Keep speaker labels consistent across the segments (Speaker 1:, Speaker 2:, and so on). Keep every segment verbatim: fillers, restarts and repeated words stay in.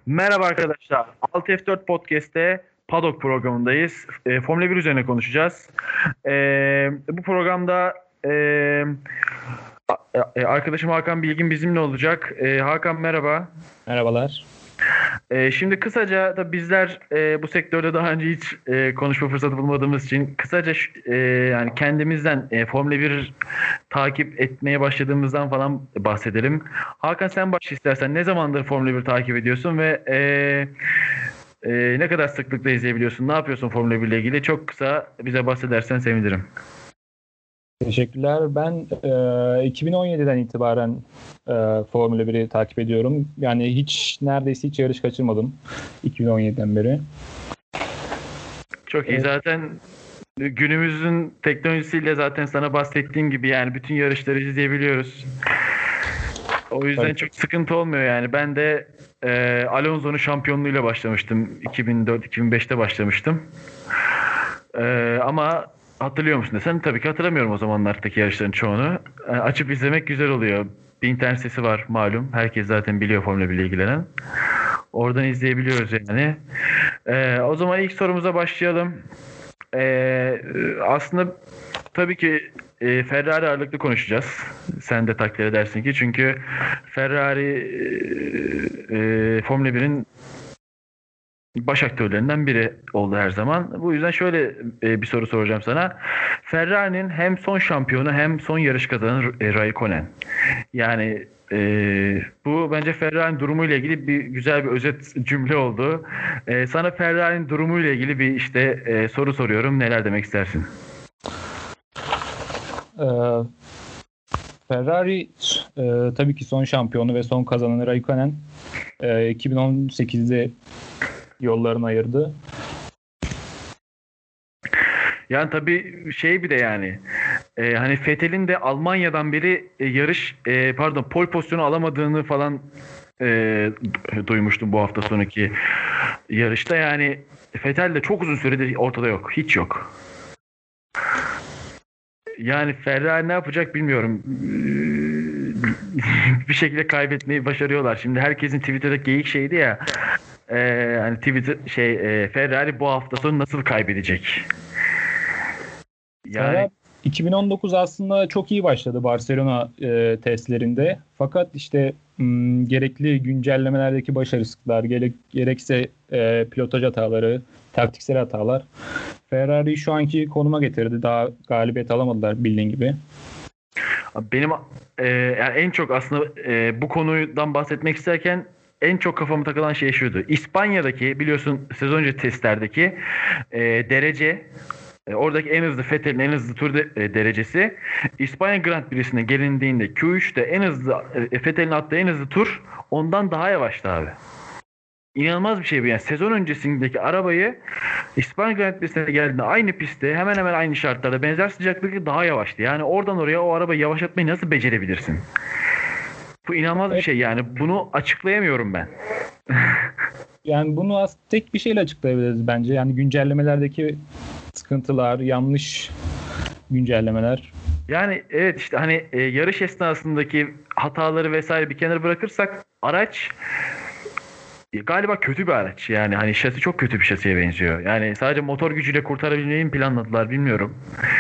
Speaker 1: Merhaba arkadaşlar. Alt F dört Podcast'te Paddock programındayız. E, Formula bir üzerine konuşacağız. E, bu programda e, e, arkadaşım Hakan Bilgin bizimle olacak. E, Hakan merhaba.
Speaker 2: Merhabalar.
Speaker 1: E, şimdi kısaca da bizler e, bu sektörde daha önce hiç e, konuşma fırsatı bulmadığımız için kısaca e, yani kendimizden e, Formula bir takip etmeye başladığımızdan falan bahsedelim. Hakan sen başla istersen. Ne zamandır Formula bir takip ediyorsun ve e, e, ne kadar sıklıkla izleyebiliyorsun? Ne yapıyorsun Formula bir ile ilgili? Çok kısa bize bahsedersen sevinirim.
Speaker 2: Teşekkürler. Ben e, iki bin on yediden itibaren e, Formula biri takip ediyorum. Yani hiç neredeyse hiç yarış kaçırmadım iki bin on yediden beri.
Speaker 1: Çok iyi.
Speaker 2: Evet.
Speaker 1: Zaten günümüzün teknolojisiyle zaten sana bahsettiğim gibi yani bütün yarışları izleyebiliyoruz. O yüzden
Speaker 2: Tabii.
Speaker 1: çok sıkıntı olmuyor yani. Ben de e, Alonso'nun şampiyonluğuyla başlamıştım. iki bin dört iki bin beşte başlamıştım. E, ama hatırlıyor musun desen tabii ki hatırlamıyorum o zamanlardaki yarışların çoğunu. E, açıp izlemek güzel oluyor. Bir internet sitesi var malum. Herkes zaten biliyor Formula bir ile ilgilenen. Oradan izleyebiliyoruz yani. E, o zaman ilk sorumuza başlayalım. E, aslında tabii ki e, Ferrari ağırlıklı konuşacağız. Sen de takdir edersin ki. Çünkü Ferrari e, e, Formula birin baş aktörlerinden biri oldu her zaman. Bu yüzden şöyle e, bir soru soracağım sana. Ferrari'nin hem son şampiyonu hem son yarış kazananı e, Raikkonen. Yani e, bu bence Ferrari'nin durumuyla ilgili bir güzel bir özet cümle oldu. E, sana Ferrari'nin durumuyla ilgili bir işte e, soru soruyorum. Neler demek istersin?
Speaker 2: E, Ferrari e, tabii ki son şampiyonu ve son kazananı Raikkonen e, iki bin on sekizde yollarını ayırdı.
Speaker 1: Yani tabii şey bir de yani e, hani Vettel'in de Almanya'dan beri e, yarış e, pardon pole pozisyonu alamadığını falan e, duymuştum bu hafta sonraki yarışta. Yani Vettel de çok uzun süredir ortada yok. Hiç yok. Yani Ferrari ne yapacak bilmiyorum. Bir şekilde kaybetmeyi başarıyorlar. Şimdi herkesin Twitter'da geyik şeydi ya. E, hani Twitter şey e, Ferrari bu hafta sonu nasıl kaybedecek? Yani
Speaker 2: Ferrari iki bin on dokuz aslında çok iyi başladı Barcelona e, testlerinde. Fakat işte m, gerekli güncellemelerdeki başarısızlıklar, gerek, gerekse e, pilotaj hataları, taktiksel hatalar Ferrari'yi şu anki konuma getirdi. Daha galibiyet alamadılar bildiğin gibi.
Speaker 1: benim e, yani en çok aslında e, bu konudan bahsetmek isterken en çok kafamı takılan şey şuydu. İspanya'daki biliyorsun sezon önce testlerdeki e, derece e, oradaki en hızlı Vettel'in en hızlı tur de, e, derecesi İspanya Grand Prix'sine gelindiğinde Q üçte en hızlı e, Vettel'in attığı en hızlı tur ondan daha yavaştı abi. İnanılmaz bir şey bu yani. Sezon öncesindeki arabayı İspanya Grand Prix'sine geldiğinde aynı pistte hemen hemen aynı şartlarda benzer sıcaklıkta daha yavaştı. Yani oradan oraya o arabayı yavaşlatmayı nasıl becerebilirsin? Bu inanılmaz bir
Speaker 2: Evet,
Speaker 1: şey yani. Bunu açıklayamıyorum ben.
Speaker 2: yani bunu az tek bir şeyle açıklayabiliriz bence. Yani güncellemelerdeki sıkıntılar, yanlış güncellemeler.
Speaker 1: Yani evet işte hani e, yarış esnasındaki hataları vesaire bir kenara bırakırsak araç e, galiba kötü bir araç. Yani hani şasi çok kötü bir şasiye benziyor. Yani sadece motor gücüyle kurtarabilmeyi mi planladılar bilmiyorum.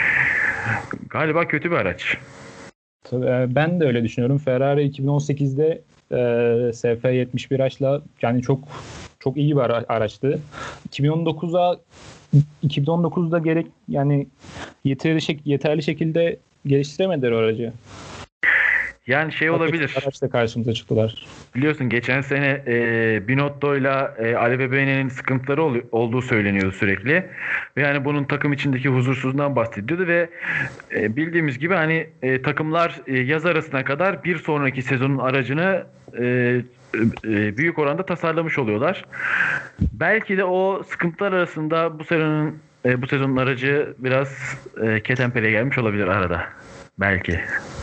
Speaker 1: Galiba kötü bir araç.
Speaker 2: Tabii, e, ben de öyle düşünüyorum. Ferrari iki bin on sekizde e, S F yetmiş bir araçla yani çok çok iyi bir ara- araçtı. iki bin on dokuza iki bin on dokuzda gerek yani yeterli şek- yeterli şekilde geliştiremediler o aracı.
Speaker 1: Yani şey
Speaker 2: Paket
Speaker 1: olabilir.
Speaker 2: araçla karşımıza çıktılar.
Speaker 1: Biliyorsun geçen sene e, Binotto'yla e, Ali Bebeğen'in sıkıntıları ol- olduğu söyleniyordu sürekli. Ve yani bunun takım içindeki huzursuzluğundan bahsediyordu ve e, bildiğimiz gibi hani e, takımlar e, yaz arasına kadar bir sonraki sezonun aracını e, e, büyük oranda tasarlamış oluyorlar. Belki de o sıkıntılar arasında bu sezonun e, bu sezonun aracı biraz e, ketenpele gelmiş olabilir arada. Belki.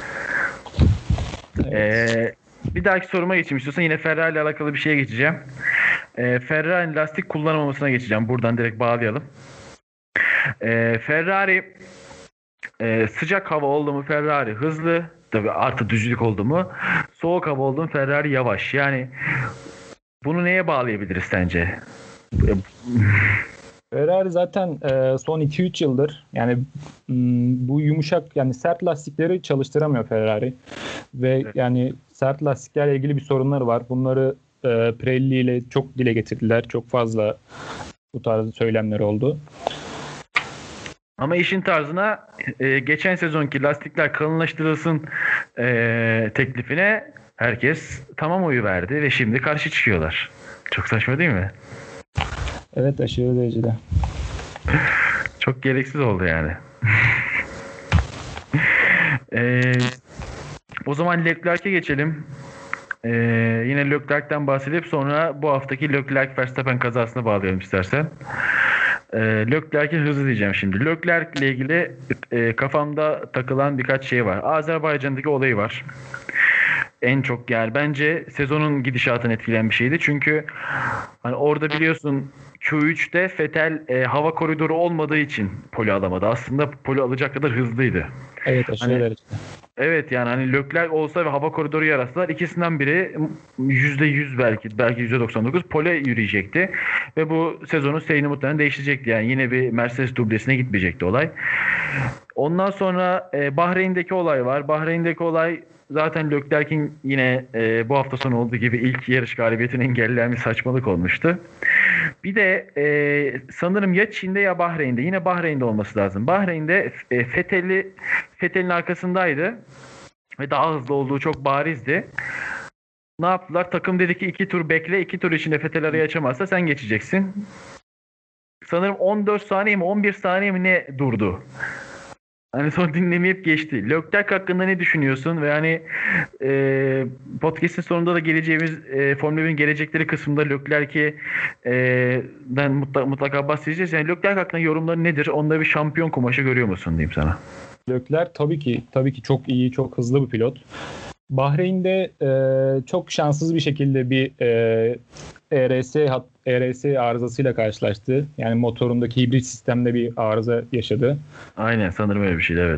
Speaker 2: Evet.
Speaker 1: Ee, bir dahaki soruma geçeyim istiyorsan yine Ferrari ile alakalı bir şeye geçeceğim. Ee, Ferrari'nin lastik kullanmamasına geçeceğim. Buradan direkt bağlayalım. Ee, Ferrari e, sıcak hava oldu mu Ferrari hızlı. Tabii artı düzlük oldu mu soğuk hava oldu mu Ferrari yavaş. Yani Bunu neye bağlayabiliriz sence?
Speaker 2: Ferrari zaten e, son iki üç yıldır yani m, bu yumuşak yani sert lastikleri çalıştıramıyor Ferrari. Ve
Speaker 1: Evet.
Speaker 2: yani sert lastiklerle ilgili bir sorunları var. Bunları e, Pirelli ile çok dile getirdiler. Çok fazla bu tarz söylemler oldu.
Speaker 1: Ama işin tarzına e, geçen sezonki lastikler kalınlaştırılsın e, teklifine herkes tamam oyu verdi ve şimdi karşı çıkıyorlar. Çok saçma değil mi?
Speaker 2: Evet, aşırı derecede.
Speaker 1: Çok gereksiz oldu yani. e, o zaman Leclerc'e geçelim. E, yine Leclerc'ten bahsedip sonra bu haftaki Leclerc-Verstappen kazasına bağlayalım istersen. E, Leclerc'in hızı diyeceğim şimdi. Leclerc ile ilgili e, kafamda takılan birkaç şey var. Azerbaycan'daki olayı var. En çok yani bence sezonun gidişatını etkileyen bir şeydi. Çünkü hani orada biliyorsun Q üçte Vettel e, hava koridoru olmadığı için pole alamadı. Aslında pole alacak kadar hızlıydı.
Speaker 2: Evet, aşırı
Speaker 1: Hani
Speaker 2: derecede.
Speaker 1: evet yani hani Leclerc olsa ve hava koridoru yarasalar ikisinden biri yüzde yüz belki belki yüzde doksan dokuz pole yürüyecekti. Ve bu sezonun seyrini muhtemelen değiştirecekti. Yani yine bir Mercedes dublesine gitmeyecekti olay. Ondan sonra e, Bahreyn'deki olay var. Bahreyn'deki olay zaten Leclerc'in yine e, bu hafta sonu olduğu gibi ilk yarış galibiyetini engelleyen bir saçmalık olmuştu. Bir de e, sanırım ya Çin'de ya Bahreyn'de. Yine Bahreyn'de olması lazım. Bahreyn'de e, Vettel'i Vettel'in arkasındaydı. Ve daha hızlı olduğu çok barizdi. Ne yaptılar? Takım dedi ki iki tur bekle. iki tur içinde Vettel arayı açamazsa sen geçeceksin. Sanırım on dört saniye mi on bir saniye mi ne durdu? Hani sonra dinlemeyip geçti. Leclerc hakkında ne düşünüyorsun? Ve hani e, podcast'in sonunda da geleceğimiz e, Formula birin gelecekleri kısmında Leclerc'i e, den mutlaka, mutlaka bahsedeceğiz. Yani Leclerc hakkında yorumları nedir? Onda bir şampiyon kumaşı görüyor musun diyeyim sana.
Speaker 2: Leclerc tabii ki tabii ki çok iyi, çok hızlı bir pilot. Bahreyn'de e, çok şanssız bir şekilde bir e, E R S hat, E R S arızasıyla karşılaştı. Yani motorundaki hibrit sistemde bir arıza yaşadı.
Speaker 1: Aynen sanırım öyle bir şeydi evet.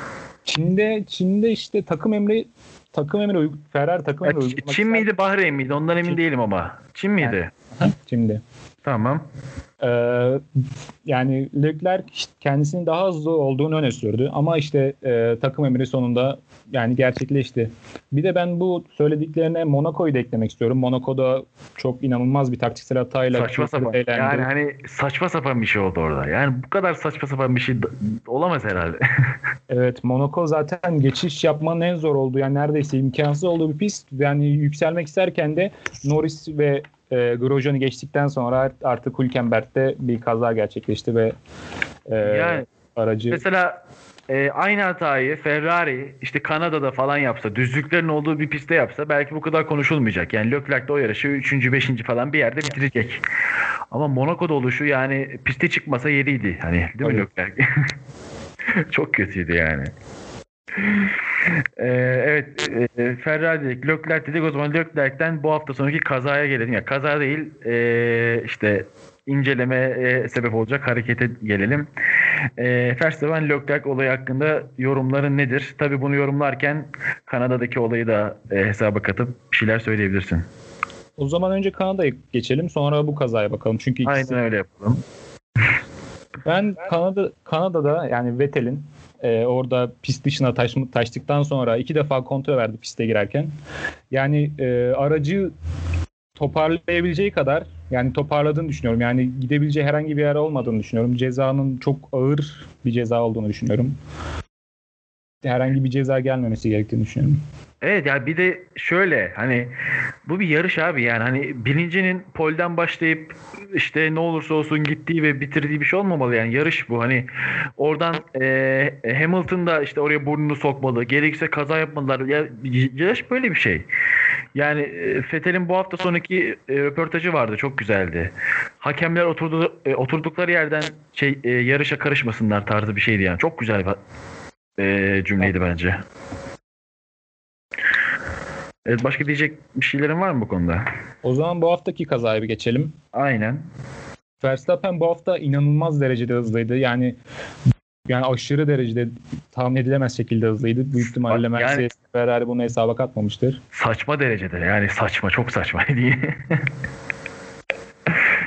Speaker 2: Çin'de Çin'de işte takım emri takım emri uygu- Ferrari takım
Speaker 1: Ya,
Speaker 2: emri
Speaker 1: Ç-
Speaker 2: uygulamak
Speaker 1: Çin
Speaker 2: ister-
Speaker 1: miydi Bahreyn miydi? Ondan emin
Speaker 2: Çin.
Speaker 1: değilim ama. Çin miydi?
Speaker 2: Şimdi.
Speaker 1: Tamam.
Speaker 2: Ee, yani Leclerc işte kendisinin daha hızlı olduğunu öne sürdü ama işte e, takım emri sonunda yani gerçekleşti. Bir de ben bu söylediklerine Monaco'yu da eklemek istiyorum. Monaco'da çok inanılmaz bir taktiksel hatayla
Speaker 1: Saçma sapan.
Speaker 2: eğlendi.
Speaker 1: Yani hani saçma sapan bir şey oldu orada. Yani bu kadar saçma sapan bir şey d- olamaz herhalde.
Speaker 2: Evet, Monaco zaten geçiş yapmanın en zor olduğu yani neredeyse imkansız olduğu bir pist. Yani yükselmek isterken de Norris ve e, Grosjean'ı geçtikten sonra artık Hülkenberg'de bir kaza gerçekleşti ve e,
Speaker 1: Yani
Speaker 2: aracı
Speaker 1: mesela e, aynı hatayı Ferrari işte Kanada'da falan yapsa, düzlüklerin olduğu bir pistte yapsa belki bu kadar konuşulmayacak. Yani Leclerc de o yarışı üçüncü beşinci falan bir yerde bitirecek. Ama Monaco'da oluşu yani piste çıkmasa yeriydi. Hani değil mi
Speaker 2: Tabii.
Speaker 1: Leclerc? Çok kötüydü yani. Ee, evet e, Ferrari dedik, Leclerc dedik. O zaman Leclerc'ten bu hafta sonraki kazaya gelelim. Ya kaza değil e, işte incelemeye sebep olacak harekete gelelim. E, Verstappen Leclerc olayı hakkında yorumların nedir? Tabii bunu yorumlarken Kanada'daki olayı da e, hesaba katıp bir şeyler söyleyebilirsin.
Speaker 2: O zaman önce Kanada'ya geçelim, sonra bu kazaya bakalım. Çünkü ikisi.
Speaker 1: Aynen öyle yapalım.
Speaker 2: Ben Kanada Kanada'da yani Vettel'in e, orada pist dışına taş, taştıktan sonra iki defa kontrol verdi piste girerken. Yani e, aracı toparlayabileceği kadar yani toparladığını düşünüyorum. Yani gidebileceği herhangi bir yer olmadığını düşünüyorum. Cezanın çok ağır bir ceza olduğunu düşünüyorum. Herhangi bir ceza gelmemesi gerektiğini düşünüyorum.
Speaker 1: Evet ya bir de şöyle hani bu bir yarış abi yani hani birincinin polden başlayıp işte ne olursa olsun gittiği ve bitirdiği bir şey olmamalı yani yarış bu hani oradan e, Hamilton da işte oraya burnunu sokmalı gerekirse kaza yapmalılar ya yarış böyle bir şey yani e, Vettel'in bu hafta sonraki e, röportajı vardı çok güzeldi hakemler oturdu, e, oturdukları yerden şey e, yarışa karışmasınlar tarzı bir şeydi yani çok güzel bir e, cümleydi bence. Evet, başka diyecek bir şeylerin var mı bu konuda?
Speaker 2: O zaman bu haftaki kazaya bir geçelim.
Speaker 1: Aynen.
Speaker 2: Verstappen bu hafta inanılmaz derecede hızlıydı. Yani yani aşırı derecede tahmin edilemez şekilde hızlıydı. Büyük ihtimalle
Speaker 1: Yani-
Speaker 2: Mercedes, Ferrari bunu hesaba katmamıştır.
Speaker 1: Saçma derecede yani saçma çok saçma diye.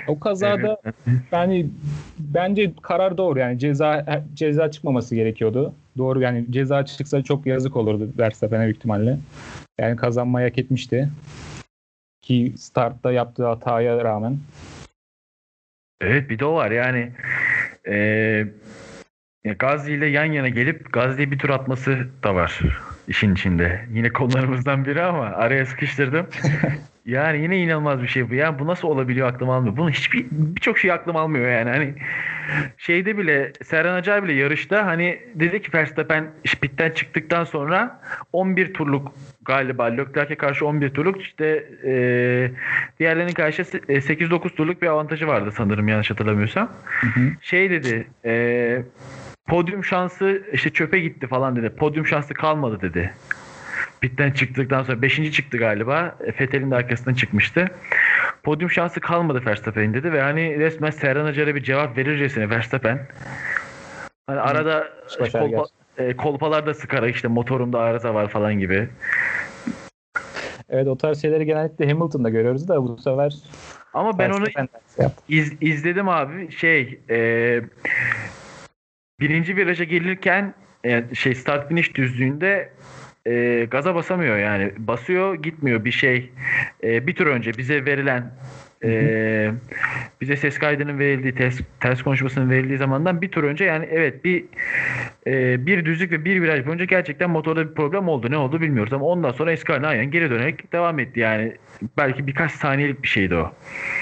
Speaker 2: O kazada
Speaker 1: Evet.
Speaker 2: yani bence karar doğru, yani ceza ceza çıkmaması gerekiyordu. Doğru, yani ceza çıksa çok yazık olurdu Verstappen'e büyük ihtimalle. Yani kazanmayı hak etmişti. Ki startta yaptığı hataya rağmen.
Speaker 1: Evet, bir de o var yani. Ee, ya Gazli ile yan yana gelip Gazli'ye bir tur atması da var işin içinde. Yine konularımızdan biri ama araya sıkıştırdım. Yani yine inanılmaz bir şey bu. Yani bu nasıl olabiliyor, aklım almıyor. Bunun hiçbir birçok şey aklım almıyor yani. Hani şeyde bile Serhan Acar bile yarışta hani dedi ki Verstappen pitten çıktıktan sonra on bir turluk galiba Leclerc'e karşı on bir turluk işte e, diğerlerinin karşı sekiz dokuz turluk bir avantajı vardı sanırım, yanlış hatırlamıyorsam.
Speaker 2: Hı hı.
Speaker 1: Şey dedi e, podyum şansı işte çöpe gitti falan dedi. Podyum şansı kalmadı dedi. Pitten çıktıktan sonra beşinci çıktı galiba. Vettel'in de arkasından çıkmıştı. Podyum şansı kalmadı Verstappen'in dedi ve hani resmen Serhan Acar'a bir cevap verircesine Verstappen hani
Speaker 2: Hı.
Speaker 1: arada
Speaker 2: Başar
Speaker 1: kolpa,
Speaker 2: gerçekten.
Speaker 1: e, kolpalar da sıkarak işte motorumda arıza var falan gibi.
Speaker 2: Evet, o tarz şeyleri genellikle Hamilton'da görüyoruz da bu sefer
Speaker 1: Ama ben onu
Speaker 2: Verstappen şey yaptı.
Speaker 1: iz, izledim abi. Şey e, birinci viraja gelirken e, şey start finish düzlüğünde e, gaza basamıyor yani. Basıyor gitmiyor bir şey. E, bir tur önce bize verilen e, bize ses kaydının verildiği ters, ters konuşmasının verildiği zamandan bir tur önce yani evet bir e, bir düzlük ve bir viraj boyunca gerçekten motorda bir problem oldu. Ne oldu bilmiyoruz ama ondan sonra eski haline aynen geri dönerek devam etti yani. Belki birkaç saniyelik bir şeydi o.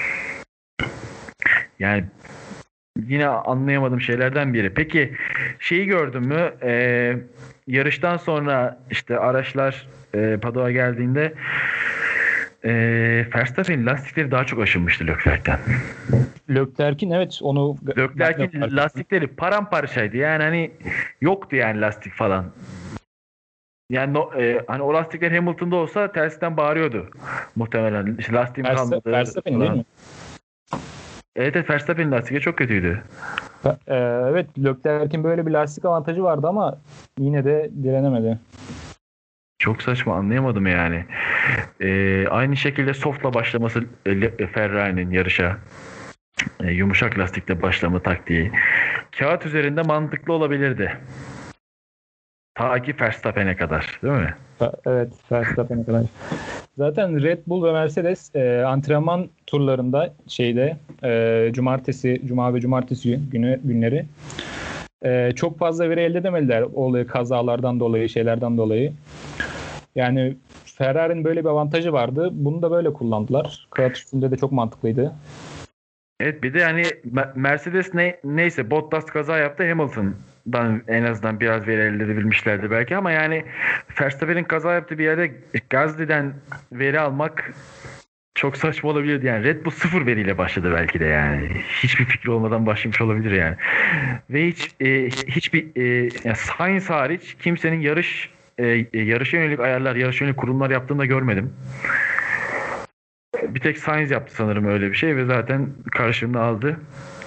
Speaker 1: Yani yine anlayamadığım şeylerden biri. Peki şeyi gördün mü? Ee, yarıştan sonra işte araçlar e, paddock'a geldiğinde e, Verstappen'in lastikleri daha çok aşınmıştı Leclerc'ten.
Speaker 2: Leclerc'in, evet, onu ben de fark
Speaker 1: Leclerc'in
Speaker 2: ettim.
Speaker 1: lastikleri paramparçaydı. Yani hani yoktu yani lastik falan. Yani no- e, hani o lastikler Hamilton'da olsa tersinden bağırıyordu muhtemelen. İşte lastiğim
Speaker 2: Versta-
Speaker 1: kalmadı
Speaker 2: Verstappen'in değil
Speaker 1: falan.
Speaker 2: mi?
Speaker 1: Evet, evet, Verstappen'in lastikleri çok kötüydü.
Speaker 2: Ee, evet, Leclerc'in böyle bir lastik avantajı vardı ama yine de direnemedi.
Speaker 1: Çok saçma, anlayamadım yani. Ee, aynı şekilde softla başlaması e, Ferrari'nin yarışa e, yumuşak lastikle başlama taktiği kağıt üzerinde mantıklı olabilirdi. Ta ki Verstappen'e kadar, değil mi?
Speaker 2: Fa- Evet, Verstappen'e kadar. Zaten Red Bull ve Mercedes e, antrenman turlarında şeyde e, cumartesi, cuma ve cumartesi günü günleri e, çok fazla veri elde edemediler o kazalardan dolayı, şeylerden dolayı. Yani Ferrari'nin böyle bir avantajı vardı. Bunu da böyle kullandılar. Kağıt üstünde de çok mantıklıydı.
Speaker 1: Evet, bir de yani Me- Mercedes ne, neyse Bottas kaza yaptı, Hamilton'dan en azından biraz veri elde edebilmişlerdi belki ama yani Verstappen'in kaza yaptığı bir yerde Gasly'den veri almak çok saçma olabilirdi yani. Red Bull sıfır veriyle başladı belki de yani. Hiçbir fikri olmadan başlamış olabilir yani. Ve hiç e, hiçbir e, yani Sainz hariç kimsenin yarış e, e, yarışa yönelik ayarlar, yarışa yönelik kurulumlar yaptığını da görmedim. Bir tek Sainz yaptı sanırım öyle bir şey ve zaten karşılığını aldı.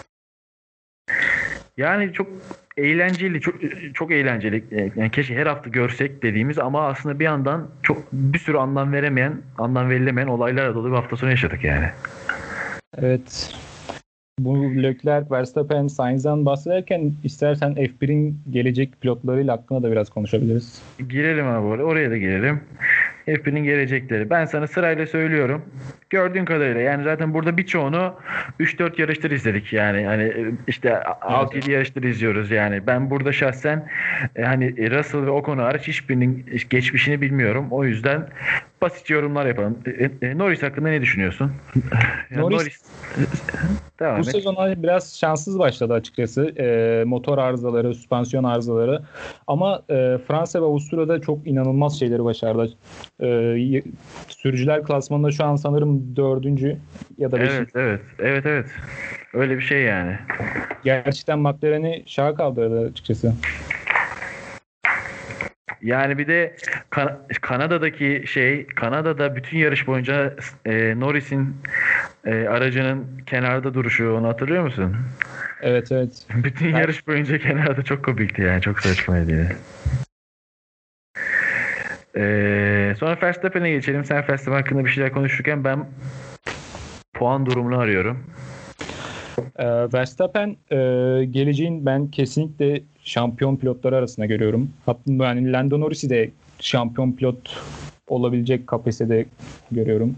Speaker 1: Yani çok eğlenceli, çok çok eğlenceli. E, Yani keşke her hafta görsek dediğimiz ama aslında bir yandan çok bir sürü anlam veremeyen, anlam verilemeyen olaylarla dolu bir hafta sonu yaşadık yani.
Speaker 2: Evet. Bu Leclerc, Verstappen, Sainz'dan bahsederken istersen F bir'in gelecek pilotlarıyla hakkında da biraz konuşabiliriz.
Speaker 1: Girelim abi oraya, oraya da girelim. Hepinin gelecekleri. Ben sana sırayla söylüyorum. Gördüğün kadarıyla yani zaten burada birçoğunu üç dört yarıştır izledik yani. Hani işte altı yedi
Speaker 2: Evet.
Speaker 1: yarıştır izliyoruz yani. Ben burada şahsen e, hani Russell ve Ocon hariç hiçbirinin geçmişini bilmiyorum. O yüzden basit yorumlar yapalım. E, e, Norris hakkında ne düşünüyorsun? Yani
Speaker 2: Norris
Speaker 1: Norris
Speaker 2: bu
Speaker 1: devam et.
Speaker 2: sezon biraz şanssız başladı açıkçası. E, motor arızaları, süspansiyon arızaları. Ama e, Fransa ve Avusturya'da çok inanılmaz şeyleri başardı. E, y- sürücüler klasmanında şu an sanırım dördüncü ya da
Speaker 1: Evet,
Speaker 2: beşinci.
Speaker 1: evet. Evet, evet. Öyle bir şey yani.
Speaker 2: Gerçekten McLaren'i şaha kaldırdı açıkçası.
Speaker 1: Yani bir de Kan- Kanada'daki şey, Kanada'da bütün yarış boyunca e, Norris'in e, aracının kenarda duruşu, onu hatırlıyor musun?
Speaker 2: Evet, evet.
Speaker 1: Bütün
Speaker 2: Ben,
Speaker 1: yarış boyunca kenarda, çok komikti yani, çok saçmaydı yani. E, sonra Verstappen'e geçelim. Sen Verstappen hakkında bir şeyler konuşurken ben puan durumunu arıyorum.
Speaker 2: Ee, Verstappen e, geleceğin ben kesinlikle şampiyon pilotları arasında görüyorum. Hatta yani Lando Norris'i de şampiyon pilot olabilecek kapasitede görüyorum.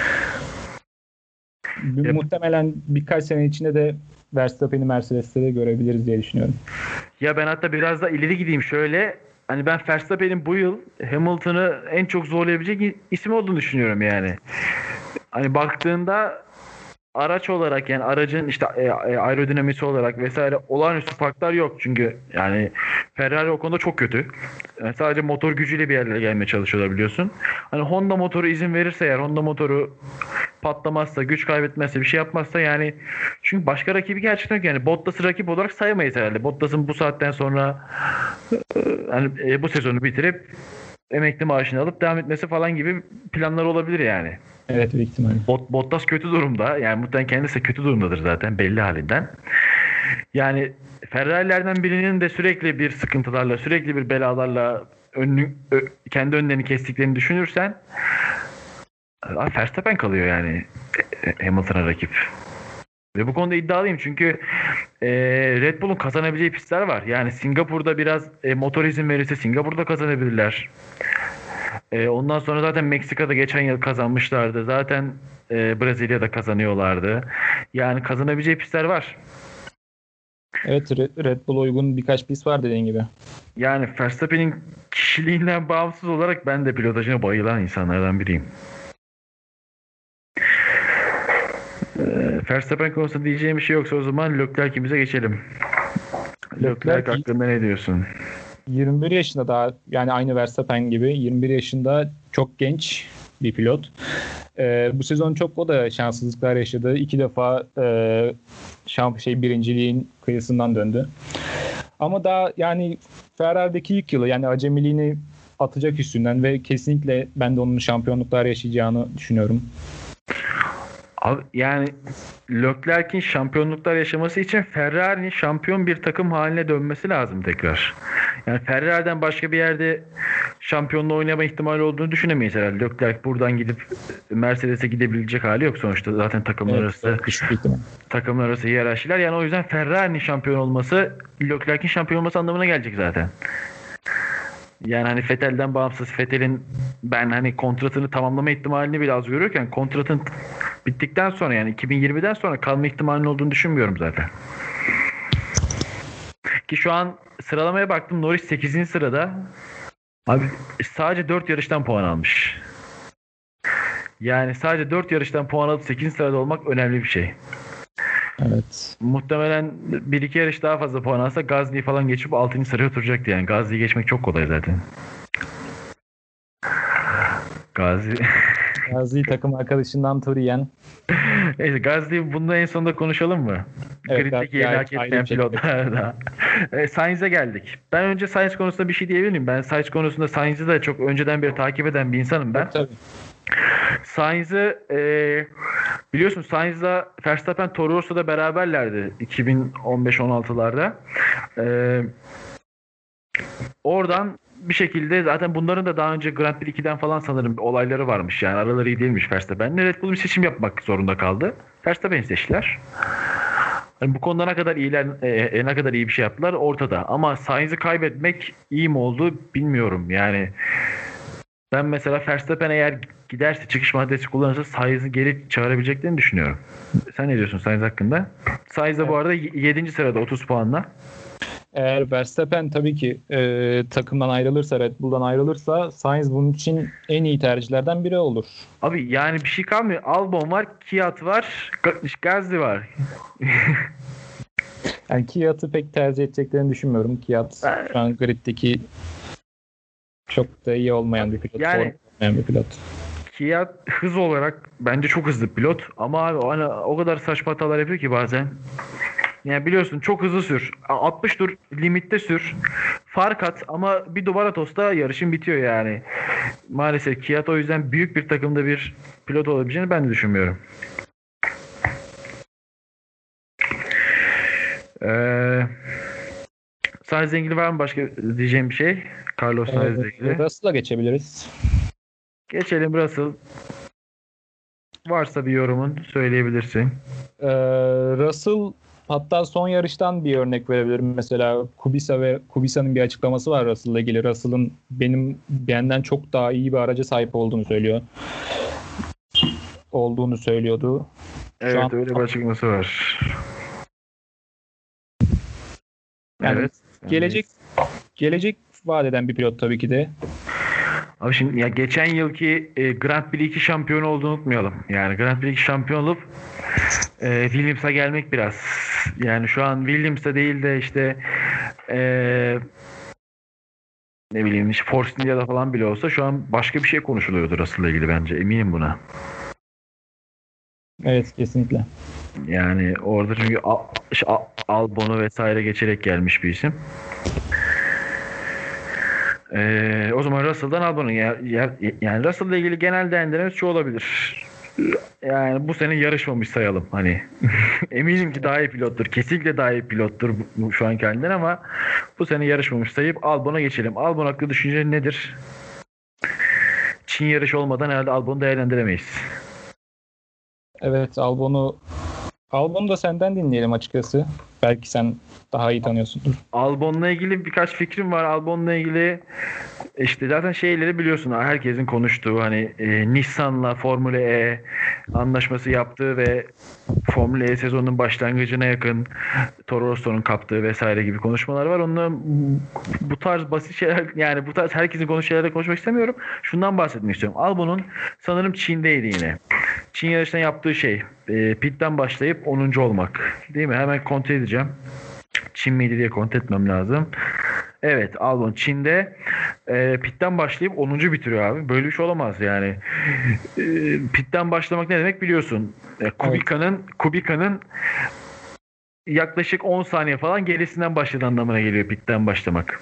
Speaker 1: Yep.
Speaker 2: Muhtemelen birkaç sene içinde de Verstappen'i Mercedes'te de görebiliriz diye düşünüyorum.
Speaker 1: Ya ben hatta biraz da ileri gideyim şöyle. Hani ben Verstappen'in bu yıl Hamilton'ı en çok zorlayabilecek isim olduğunu düşünüyorum yani. Hani baktığında araç olarak yani aracın işte e, e, aerodinamisi olarak vesaire olağanüstü farklar yok. Çünkü yani Ferrari o konuda çok kötü. Yani sadece motor gücüyle bir yerlere gelmeye çalışıyorlar biliyorsun. Hani Honda motoru izin verirse eğer Honda motoru patlamazsa, güç kaybetmezse, bir şey yapmazsa yani çünkü başka rakibi gerçekten yok. Yani Bottas'ı rakip olarak sayamayız herhalde. Bottas'ın bu saatten sonra hani e, bu sezonu bitirip emekli maaşını alıp devam etmesi falan gibi planlar olabilir yani.
Speaker 2: Evet, büyük ihtimalle.
Speaker 1: Bot, Bottas kötü durumda. Yani muhtemelen kendisi de kötü durumdadır zaten belli halinden. Yani Ferrari'lerden birinin de sürekli bir sıkıntılarla, sürekli bir belalarla önünü, ö, kendi önlerini kestiklerini düşünürsen Verstappen kalıyor yani Hamilton'a rakip. Ve bu konuda iddialıyım çünkü e, Red Bull'un kazanabileceği pistler var. Yani Singapur'da biraz e, motor izin verirse Singapur'da kazanabilirler. E, ondan sonra zaten Meksika'da geçen yıl kazanmışlardı. Zaten e, Brezilya'da kazanıyorlardı. Yani kazanabileceği pistler var.
Speaker 2: Evet, Red Bull uygun birkaç pist var dediğin gibi.
Speaker 1: Yani Verstappen'in kişiliğinden bağımsız olarak ben de pilotajına bayılan insanlardan biriyim. Verstappen konusunda diyeceğim bir şey yoksa o zaman Leclerc'imize geçelim. Leclerc, Leclerc hakkında ne diyorsun?
Speaker 2: yirmi bir yaşında daha yani aynı Verstappen gibi yirmi bir yaşında çok genç bir pilot. Ee, bu sezon çok o da şanssızlıklar yaşadı. İki defa e, şamp şey birinciliğin kıyısından döndü. Ama daha yani Ferrari'deki ilk yılı yani acemiliğini atacak üstünden ve kesinlikle ben de onun şampiyonluklar yaşayacağını düşünüyorum.
Speaker 1: Abi, yani Leclerc'in şampiyonluklar yaşaması için Ferrari'nin şampiyon bir takım haline dönmesi lazım tekrar. Yani Ferrari'den başka bir yerde şampiyonluğu oynama ihtimali olduğunu düşünemeyiz herhalde. Leclerc buradan gidip Mercedes'e gidebilecek hali yok sonuçta. Zaten takımlar
Speaker 2: Evet,
Speaker 1: arası takımlar arası hiyerarşiler. Yani o yüzden Ferrari'nin şampiyon olması Leclerc'in şampiyon olması anlamına gelecek zaten. Yani hani Vettel'den bağımsız Vettel'in ben hani kontratını tamamlama ihtimalini bile az görüyorken kontratın bittikten sonra yani iki bin yirmiden sonra kalma ihtimalinin olduğunu düşünmüyorum zaten. Ki şu an sıralamaya baktım, Norris sekizinci sırada. Abi sadece dört yarıştan puan almış. Yani sadece dört yarıştan puan alıp sekizinci sırada olmak önemli bir şey.
Speaker 2: Evet.
Speaker 1: Muhtemelen bir iki yarış daha fazla puan alsa Gasly'yi falan geçip altıncı sıraya oturacaktı yani. Gasly'yi geçmek çok kolay zaten. Gasly
Speaker 2: Gasly takım arkadaşından tur yiyen.
Speaker 1: Neyse Gasly bundan en sonunda konuşalım mı?
Speaker 2: Evet,
Speaker 1: Griddeki yeni hak etmeyen pilotlar. e, Sainz'e geldik. Ben önce Sainz konusunda bir şey diyebilir miyim? Ben Sainz konusunda Sainz'i de çok önceden beri takip eden bir insanım ben.
Speaker 2: Tabii.
Speaker 1: Sainz'i e, biliyorsun Sainz'la Verstappen Toro Rosso'da beraberlerdi iki bin on beş on altılarda. E, oradan bir şekilde zaten bunların da daha önce Grand Prix ikiden falan sanırım olayları varmış yani araları iyi değilmiş Verstappen'le. Red Bull bir seçim yapmak zorunda kaldı. Verstappen'i seçtiler. Yani bu konuda ne kadar iyiler, e, ne kadar iyi bir şey yaptılar ortada. Ama Sainz'i kaybetmek iyi mi oldu bilmiyorum. Yani ben mesela Verstappen eğer giderse çıkış maddesi kullanırsa Sainz'i geri çağırabileceklerini düşünüyorum. Sen ne diyorsun Sainz hakkında? Sainz de bu arada yedinci sırada otuz puanla.
Speaker 2: Eğer Verstappen tabii ki e, takımdan ayrılırsa, Red Bull'dan ayrılırsa Sainz bunun için en iyi tercihlerden biri olur.
Speaker 1: Abi yani bir şey kalmıyor. Albon var, Kvyat var, Gasly var.
Speaker 2: Yani Kvyat'ı pek tercih edeceklerini düşünmüyorum. Kvyat şu an griddeki çok da iyi olmayan bir pilot.
Speaker 1: Yani
Speaker 2: olmayan bir pilot.
Speaker 1: Kvyat hız olarak bence çok hızlı pilot ama abi hani o kadar saçma hatalar yapıyor ki bazen. Yani biliyorsun çok hızlı sür. altmış tur limitte sür. Fark at ama bir duvara tosta yarışın bitiyor yani. Maalesef Kvyat o yüzden büyük bir takımda bir pilot olabileceğini ben de düşünmüyorum. Ee, Sainz'le ilgili var mı başka diyeceğim bir şey? Carlos
Speaker 2: Ee,
Speaker 1: Sainz'le ilgili.
Speaker 2: Russell'a geçebiliriz.
Speaker 1: Geçelim Russell. Varsa bir yorumun söyleyebilirsin.
Speaker 2: Ee, Russell, hatta son yarıştan bir örnek verebilirim. Mesela Kubica ve Kubica'nın bir açıklaması var Russell'la ilgili. Russell'ın benim benden çok daha iyi bir araca sahip olduğunu söylüyor. Olduğunu söylüyordu. Şu
Speaker 1: Evet,
Speaker 2: an
Speaker 1: öyle bir açıklaması var.
Speaker 2: yani
Speaker 1: Evet.
Speaker 2: gelecek gelecek vaat eden bir pilot tabii ki de.
Speaker 1: Abi şimdi ya geçen yılki e, Grand Prix iki şampiyonu olduğunu unutmayalım. Yani Grand Prix iki şampiyon olup e, Williams'a gelmek biraz. Yani şu an Williams'ta değil de işte e, ne bileyim işte Force India'da falan bile olsa şu an başka bir şey konuşuluyordur Russell'la ilgili bence. Eminim buna.
Speaker 2: Evet, kesinlikle.
Speaker 1: Yani orada çünkü Al- işte Al- Albon'u vesaire geçerek gelmiş bir isim. Ee, o zaman Russell'dan Albon'un yer, yer, yani Russell'la ilgili genel değerlendirmemiz şu olabilir. Yani bu sene yarışmamış sayalım hani. Eminim ki daha iyi pilottur. Kesinlikle daha iyi pilottur bu, bu şu anki halinden ama bu sene yarışmamış sayıp Albon'a geçelim. Albon hakkında düşüncen nedir? Çin yarışı olmadan herhalde Albon'u değerlendiremeyiz.
Speaker 2: Evet, Albon'u Albon'u da senden dinleyelim açıkçası. Belki sen daha iyi tanıyorsundur.
Speaker 1: Albon'la ilgili birkaç fikrim var. Albon'la ilgili işte zaten şeyleri biliyorsun. Herkesin konuştuğu hani e, Nissan'la Formula E anlaşması yaptığı ve Formula E sezonunun başlangıcına yakın Toro Rosso'nun kaptığı vesaire gibi konuşmalar var. Onunla bu tarz basit şeyler yani bu tarz herkesin konuştuğu şeylerde konuşmak istemiyorum. Şundan bahsetmek istiyorum. Albon'un sanırım Çin'deydi yine. Çin yarışına yaptığı şey e, pitten başlayıp onuncu olmak. Değil mi? Hemen kontrol edeceğim. Çin miydi diye kontrol etmem lazım. Evet, Albon Çin'de e, pitten başlayıp onuncu bitiriyor abi. Böyle bir şey olamaz yani. E, pitten başlamak ne demek biliyorsun. E, Kubica'nın Kubica'nın yaklaşık on saniye falan gerisinden başladığı anlamına geliyor pitten başlamak.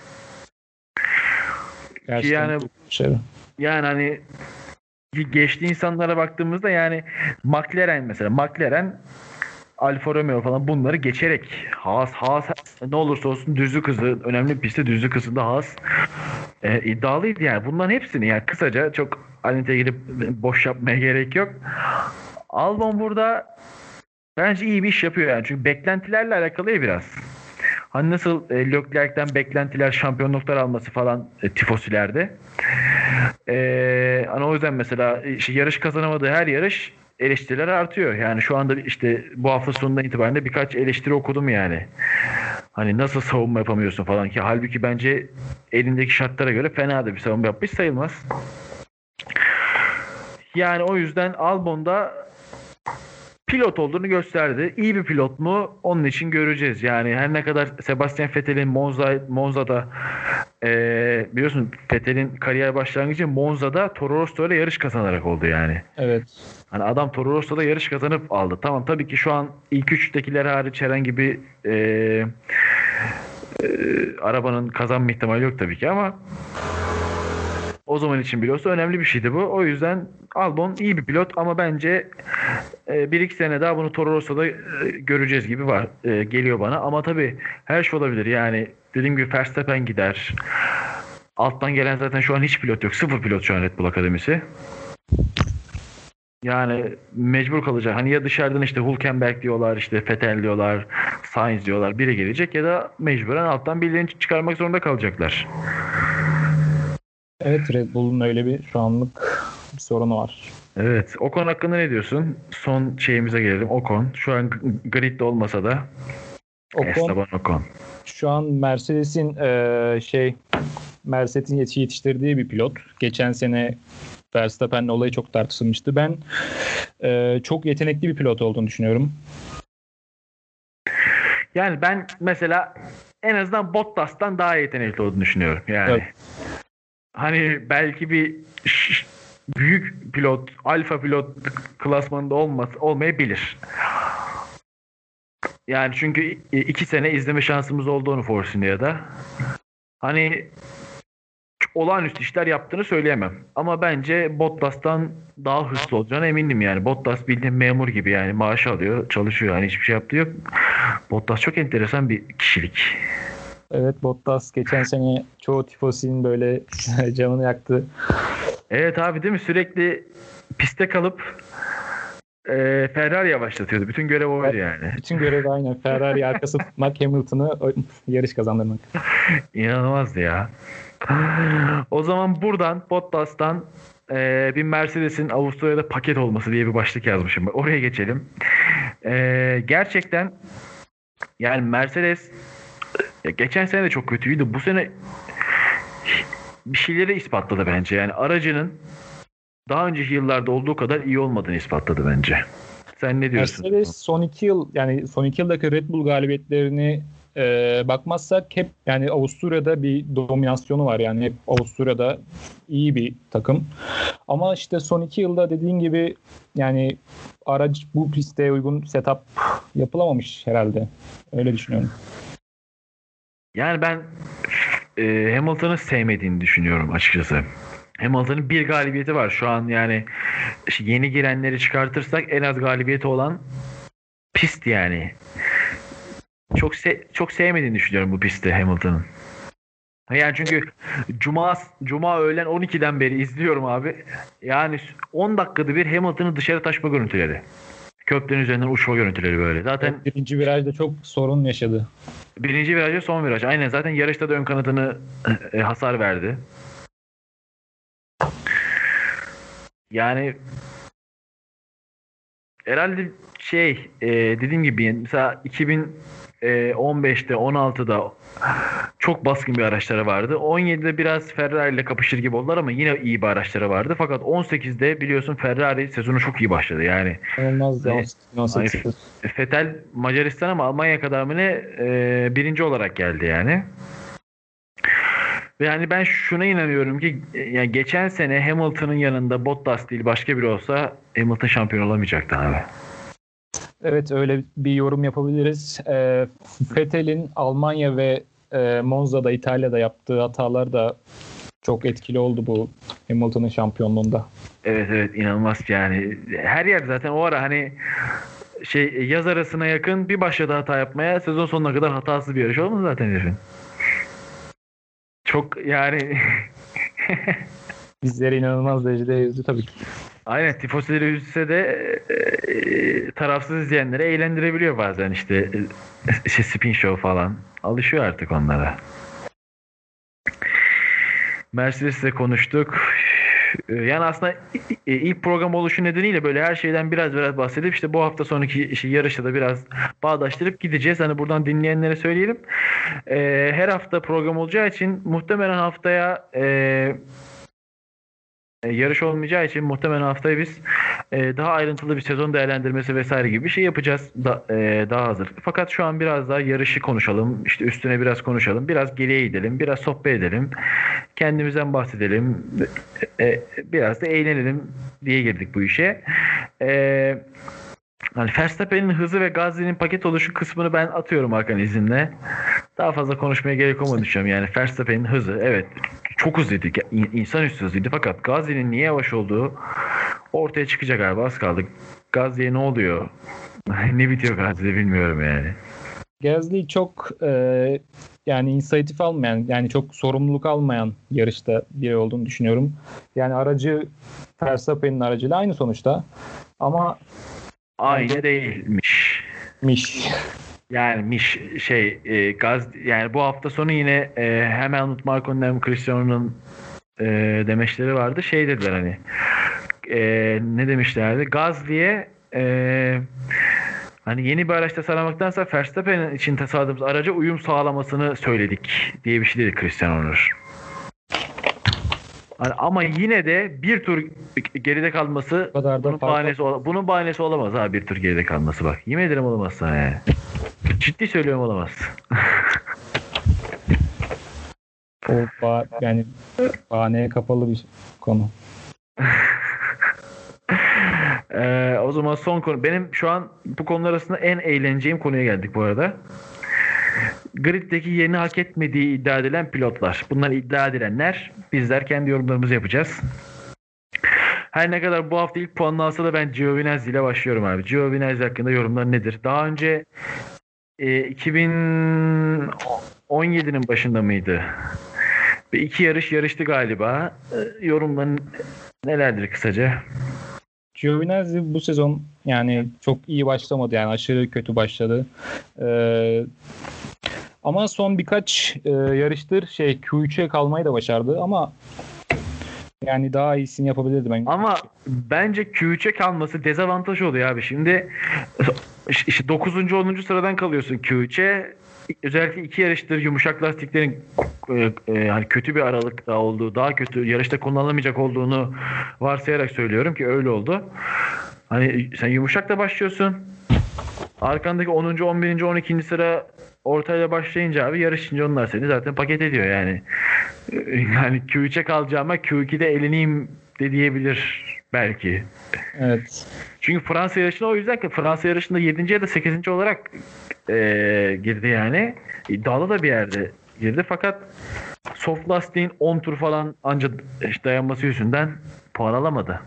Speaker 1: Ki
Speaker 2: Gerçekten
Speaker 1: yani
Speaker 2: şey.
Speaker 1: yani hani geçtiği insanlara baktığımızda yani McLaren mesela McLaren Alfa Romeo falan bunları geçerek Haas Haas ne olursa olsun düzlük hızı önemli bir pistte düzlük hızında Haas e, iddialıydı yani. Bunların hepsini yani kısaca çok ayrıntıya girip boş yapmaya gerek yok. Albon burada bence iyi bir iş yapıyor yani. Çünkü beklentilerle alakalı ya biraz. Hani nasıl e, Leclerc'ten beklentiler şampiyonluklar alması falan e, tifosilerde. E, hani o yüzden mesela işte yarış kazanamadığı her yarış eleştiriler artıyor. Yani şu anda işte bu hafta sonundan itibaren de birkaç eleştiri okudum yani. Hani nasıl savunma yapamıyorsun falan ki halbuki bence elindeki şartlara göre fena da bir savunma yapmış sayılmaz. Yani o yüzden Albon'da pilot olduğunu gösterdi. İyi bir pilot mu? Onun için göreceğiz. Yani her ne kadar Sebastian Vettel'in Monza, Monza'da e, biliyorsun Vettel'in kariyer başlangıcı Monza'da Toro Rosso ile yarış kazanarak oldu yani.
Speaker 2: Evet.
Speaker 1: Hani adam Toro Rosso'da yarış kazanıp aldı. Tamam tabii ki şu an ilk üçtekiler hariç herhangi bir e, e, arabanın kazanma ihtimali yok tabii ki ama o zaman için bile olsa önemli bir şeydi bu. O yüzden Albon iyi bir pilot ama bence e, bir iki sene daha bunu Toro Rosso'da e, göreceğiz gibi var. E, geliyor bana. Ama tabii her şey olabilir. Yani dediğim gibi Verstappen gider. Alttan gelen zaten şu an hiç pilot yok. Sıfır pilot şu an Red Bull Akademisi. Yani mecbur kalacak. Hani ya dışarıdan işte Hülkenberg diyorlar, işte Vettel diyorlar, Sainz diyorlar. Biri gelecek ya da mecburen alttan birilerini çıkarmak zorunda kalacaklar.
Speaker 2: Evet, Red Bull'un öyle bir şu anlık bir sorunu var.
Speaker 1: Evet. Ocon hakkında ne diyorsun? Son şeyimize gelelim. Ocon. Şu an g- gridde olmasa da
Speaker 2: Ocon
Speaker 1: Esteban Ocon.
Speaker 2: şu an Mercedes'in e, şey Mercedes'in yetiş- yetiştirdiği bir pilot. Geçen sene Verstappen'le olayı çok tartışılmıştı. Ben e, çok yetenekli bir pilot olduğunu düşünüyorum.
Speaker 1: Yani ben mesela en azından Bottas'tan daha yetenekli olduğunu düşünüyorum. Yani
Speaker 2: Evet.
Speaker 1: hani belki bir ş- büyük pilot, alfa pilot klasmanında olmaz, olmayabilir. Yani çünkü iki sene izleme şansımız oldu onu Force India'da. Hani olağanüstü işler yaptığını söyleyemem. Ama bence Bottas'tan daha hızlı olacağına eminim yani. Bottas bildiğin memur gibi yani maaş alıyor, çalışıyor. Yani hiçbir şey yaptığı yok. Bottas çok enteresan bir kişilik.
Speaker 2: Evet, Bottas geçen sene çoğu tifosinin böyle canını yaktı.
Speaker 1: Evet abi değil mi? Sürekli piste kalıp e, Ferrari yavaşlatıyordu. Bütün görev oydu yani.
Speaker 2: Bütün görevi aynen Ferrari arkası tutmak, Hamilton'ı yarış kazandırmak.
Speaker 1: İnanılmazdı ya. O zaman buradan Bottas'tan e, bir Mercedes'in Avusturya'da paket olması diye bir başlık yazmışım. Oraya geçelim. E, gerçekten yani Mercedes ya geçen sene de çok kötüydü. Bu sene bir şeyleri ispatladı bence. Yani aracının daha önceki yıllarda olduğu kadar iyi olmadığını ispatladı bence. Sen ne diyorsun?
Speaker 2: Mercedes son iki yıl yani son iki yıldaki Red Bull galibiyetlerini e, bakmazsak hep yani Avusturya'da bir dominasyonu var. Yani hep Avusturya'da iyi bir takım. Ama işte son iki yılda dediğin gibi yani araç bu piste uygun setup yapılamamış herhalde. Öyle düşünüyorum.
Speaker 1: Yani ben e, Hamilton'ı sevmediğini düşünüyorum açıkçası. Hamilton'ın bir galibiyeti var şu an yani yeni girenleri çıkartırsak en az galibiyeti olan pist yani. Çok se- çok sevmediğini düşünüyorum bu pisti Hamilton'ın. Yani çünkü Cuma Cuma öğlen on ikiden beri izliyorum abi. Yani on dakikada bir Hamilton'ı dışarı taşma görüntüleri. Köprünün üzerinden uçma görüntüleri böyle. Zaten
Speaker 2: birinci virajda çok sorun yaşadı.
Speaker 1: birinci virajda son viraj. Aynen zaten yarışta da ön kanadını e, hasar verdi. Yani herhalde şey e, dediğim gibi mesela iki bin on beşte on altıda çok baskın bir araçları vardı. on yedide biraz Ferrari ile kapışır gibi oldular ama yine iyi bir araçları vardı. Fakat on sekizde biliyorsun Ferrari sezonu çok iyi başladı. Yani
Speaker 2: Olmaz ya.
Speaker 1: hani, hani Vettel Macaristan ama Almanya kadar mı ne e, birinci olarak geldi yani. Ve yani ben şuna inanıyorum ki yani geçen sene Hamilton'ın yanında Bottas değil başka biri olsa Hamilton şampiyon olamayacaktı abi.
Speaker 2: Evet öyle bir yorum yapabiliriz. E, Vettel'in Almanya ve e, Monza'da İtalya'da yaptığı hatalar da çok etkili oldu bu Hamilton'ın şampiyonluğunda.
Speaker 1: Evet evet inanılmaz yani. Her yer zaten o ara hani şey yaz arasına yakın bir başladı hata yapmaya sezon sonuna kadar hatasız bir yarış olmadı zaten herifin. Çok yani
Speaker 2: Bizleri inanılmaz derecede üzdü tabii ki.
Speaker 1: aynen tifosileri üzse de e, tarafsız izleyenleri eğlendirebiliyor bazen işte e, işte spin show falan. Alışıyor artık onlara. Mercedes'le konuştuk. Yani aslında ilk program oluşu nedeniyle böyle her şeyden biraz biraz bahsedip işte bu hafta sonraki işte yarışta da biraz bağdaştırıp gideceğiz. Hani buradan dinleyenlere söyleyelim. Ee, her hafta program olacağı için muhtemelen haftaya e, yarış olmayacağı için muhtemelen haftaya biz e, daha ayrıntılı bir sezon değerlendirmesi vesaire gibi bir şey yapacağız da, e, daha hazır. Fakat şu an biraz daha yarışı konuşalım, işte üstüne biraz konuşalım, biraz geriye gidelim, biraz sohbet edelim, kendimizden bahsedelim, e, biraz da eğlenelim diye girdik bu işe. E, hani Verstappen'in hızı ve Gasly'nin paket oluşu kısmını ben atıyorum Hakan izinle. Daha fazla konuşmaya gerek olmadığını düşünüyorum. Yani Verstappen'in hızı evet çok hızlıydı. İnsanüstü hızlıydı. Fakat Gasly'nin niye yavaş olduğu ortaya çıkacak galiba. Az kaldı. Gasly'ye ne oluyor? Ne bitiyor Gasly'de bilmiyorum yani.
Speaker 2: Gasly çok e, yani inisiyatif almayan yani çok sorumluluk almayan yarışta biri olduğunu düşünüyorum. Yani aracı Verstappen'in aracıyla aynı sonuçta. Ama
Speaker 1: aynı yani, değilmiş.
Speaker 2: Miş.
Speaker 1: Yani miş şey e, gaz yani bu hafta sonu yine e, hem Helmut Marko'nun hem Cristiano'nun e, demeçleri vardı. Şey dediler hani e, ne demişlerdi? Gasly'ye e, hani yeni bir araç tasarlamaktansa Verstappen için tasarladığımız araca uyum sağlamasını söyledik diye bir şey dedi Cristiano. Hani ama yine de bir tur geride kalması bunun bahanesi, bunun bahanesi olamaz ha bir tur geride kalması bak. Yemin ederim olamaz sana yani. Ciddi söylüyorum olamaz.
Speaker 2: O ba- yani bahaneye kapalı bir konu.
Speaker 1: ee, o zaman son konu. Benim şu an bu konular arasında en eğleneceğim konuya geldik bu arada. Grid'deki yerini hak etmediği iddia edilen pilotlar. Bunlar iddia edilenler. Bizler kendi yorumlarımızı yapacağız. Her ne kadar bu hafta ilk puanını alsa da ben Giovinazzi ile başlıyorum abi. Giovinazzi hakkında yorumlar nedir? Daha önce e, iki bin on yedinin başında mıydı? Bir iki yarış yarıştı galiba. E, yorumların nelerdir kısaca?
Speaker 2: Giovinazzi bu sezon yani çok iyi başlamadı, yani aşırı kötü başladı. Ee, ama son birkaç e, yarıştır şey Q üçe kalmayı da başardı ama yani daha iyisini yapabilirdi ben.
Speaker 1: Ama bence Q üçe kalması dezavantaj oluyor abi. Şimdi işte dokuzuncu onuncu sıradan kalıyorsun Q üçe. Özellikle iki yarıştır yumuşak lastiklerin e, e, hani kötü bir aralıkta olduğu, daha kötü yarışta kullanılamayacak olduğunu varsayarak söylüyorum ki öyle oldu. Hani sen yumuşakla başlıyorsun. Arkandaki onuncu on birinci on ikinci sıra ortayla başlayınca abi yarışınca onlar seni zaten paket ediyor yani. Yani Q üçe kalacağıma Q ikide eleneyim de diyebilir belki.
Speaker 2: Evet.
Speaker 1: Çünkü Fransa yarışına o yüzden ki Fransa yarışında yedinci ya da sekizinci olarak e, girdi yani. İddialı da bir yerde girdi fakat soft lastiğin on tur falan ancak işte dayanması yüzünden puan alamadı.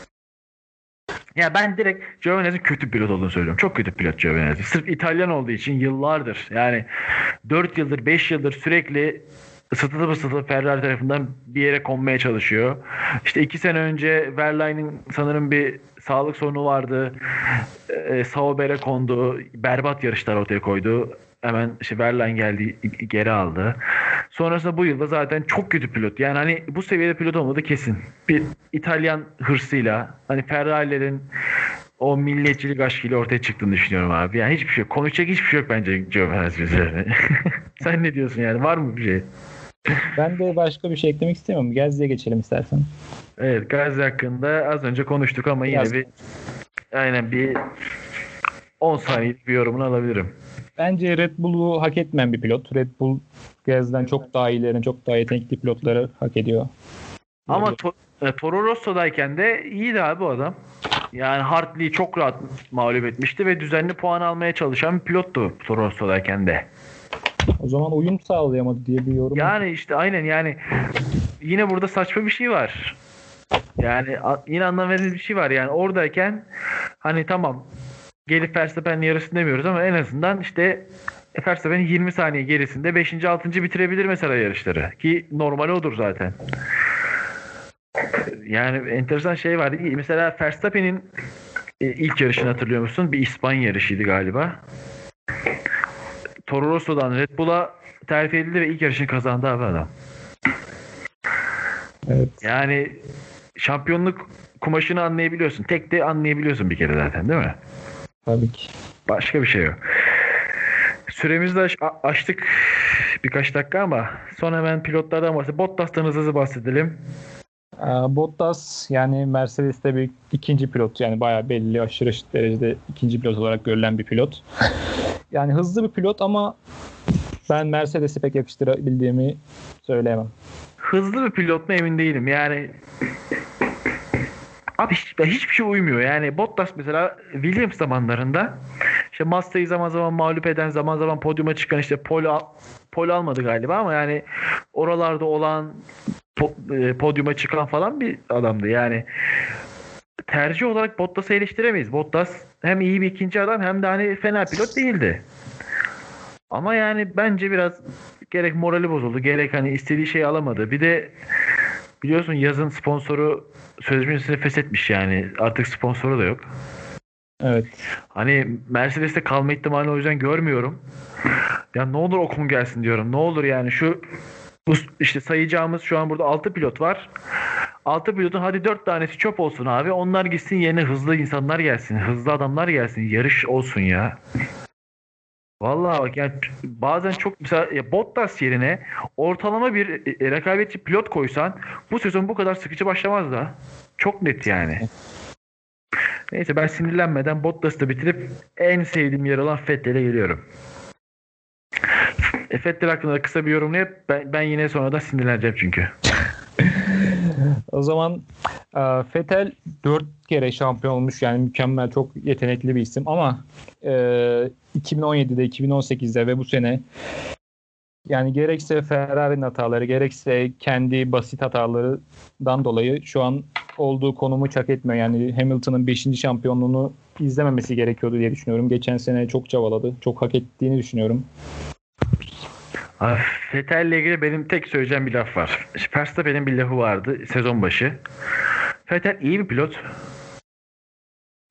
Speaker 1: Ya ben direkt Giovinazzi kötü pilot olduğunu söylüyorum. Çok kötü pilot Giovinazzi. Sırf İtalyan olduğu için yıllardır yani dört yıldır beş yıldır sürekli ısıtılıp ısıtılıp Ferrari tarafından bir yere konmaya çalışıyor. İşte iki sene önce Verlaine'in sanırım bir sağlık sorunu vardı. E, Sauber'e kondu. Berbat yarışlar ortaya koydu. Hemen işte Verlaine geldi, geri aldı. Sonrasında bu yılda zaten çok kötü pilot. Yani hani bu seviyede pilot olmadı kesin. Bir İtalyan hırsıyla hani Ferrari'lerin o milliyetçilik aşkıyla ortaya çıktığını düşünüyorum abi. Yani hiçbir şey yok. Konuşacak hiçbir şey yok bence Giovinazzi üzerine. Sen ne diyorsun yani? Var mı bir şey?
Speaker 2: Ben de başka bir şey eklemek istemiyorum. Gezdi'ye geçelim istersen.
Speaker 1: Evet, Gazi hakkında az önce konuştuk ama
Speaker 2: Biraz.
Speaker 1: yine bir aynen bir on saniyelik bir yorumunu alabilirim.
Speaker 2: Bence Red Bull'u hak etmeyen bir pilot. Red Bull Gez'den çok daha iyilerini, çok daha yetenekli pilotları hak ediyor.
Speaker 1: Ama to- e, Toro Rosso'dayken de iyiydi abi o adam. Yani Hartley'i çok rahat mağlup etmişti ve düzenli puan almaya çalışan bir pilottu Toro Rosso'dayken de.
Speaker 2: O zaman uyum sağlayamadı diye bir yorum.
Speaker 1: Yani işte aynen yani yine burada saçma bir şey var. Yani a- yine anlam verici bir şey var. Yani oradayken hani tamam gelip Verstappen'in yarısını demiyoruz ama en azından işte Verstappen'in yirmi saniye gerisinde beşinci altıncı bitirebilir mesela yarışları. Ki normali odur zaten. Yani enteresan şey var. Mesela Verstappen'in e, ilk yarışını hatırlıyor musun? Bir İspanya yarışıydı galiba. Toro Rosso'dan Red Bull'a terfi edildi ve ilk yarışını kazandı abi adam.
Speaker 2: Evet.
Speaker 1: Yani şampiyonluk kumaşını anlayabiliyorsun. Tek de anlayabiliyorsun bir kere zaten değil mi?
Speaker 2: Tabii ki.
Speaker 1: Başka bir şey yok. Süremizi de aş- a- açtık birkaç dakika ama son hemen pilotlardan bahsedelim. Bottas'tan hızlı hızlı bahsedelim.
Speaker 2: Ee, Bottas yani Mercedes'te bir ikinci pilot, yani bayağı belli aşırı derecede ikinci pilot olarak görülen bir pilot. Yani hızlı bir pilot ama ben Mercedes'i pek yakıştırabildiğimi söyleyemem.
Speaker 1: Hızlı bir pilot mu emin değilim. Yani abi hiç, hiçbir şey uymuyor. Yani Bottas mesela Williams zamanlarında işte Massa'yı zaman zaman mağlup eden, zaman zaman podyuma çıkan işte pol, al- pol almadı galiba ama yani oralarda olan po- e, podyuma çıkan falan bir adamdı. Yani tercih olarak Bottas'ı eleştiremeyiz. Bottas hem iyi bir ikinci adam hem de hani fena pilot değildi. Ama yani bence biraz gerek morali bozuldu, gerek hani istediği şeyi alamadı. Bir de biliyorsun yazın sponsoru sözleşmesini feshetmiş yani. Artık sponsoru da yok.
Speaker 2: Evet.
Speaker 1: Hani Mercedes'te kalma ihtimalini o yüzden görmüyorum. Ya ne olur Ocon gelsin diyorum. Ne olur yani şu bu işte sayacağımız şu an burada altı pilot var. Altı pilotun hadi dört tanesi çöp olsun abi. Onlar gitsin yerine hızlı insanlar gelsin. Hızlı adamlar gelsin. Yarış olsun ya. Vallahi bak yani bazen çok mesela ya Bottas yerine ortalama bir e, rekabetçi pilot koysan bu sezon bu kadar sıkıcı başlamaz da. Çok net yani. Neyse ben sinirlenmeden Bottas'ı da bitirip en sevdiğim yer olan Vettel'e geliyorum. E, Vettel hakkında da kısa bir yorumlayıp ben, ben yine sonradan sinirleneceğim çünkü.
Speaker 2: O zaman e, Vettel dört kere şampiyon olmuş, yani mükemmel, çok yetenekli bir isim ama e, iki bin on yedide, iki bin on sekizde ve bu sene yani gerekse Ferrari'nin hataları, gerekse kendi basit hatalarından dolayı şu an olduğu konumu hak etmiyor. Yani Hamilton'ın beşinci şampiyonluğunu izlememesi gerekiyordu diye düşünüyorum. Geçen sene çok çabaladı. Çok hak ettiğini düşünüyorum.
Speaker 1: Abi, Vettel'le ilgili benim tek söyleyeceğim bir laf var. Verstappen'in bir lafı vardı sezon başı. Vettel iyi bir pilot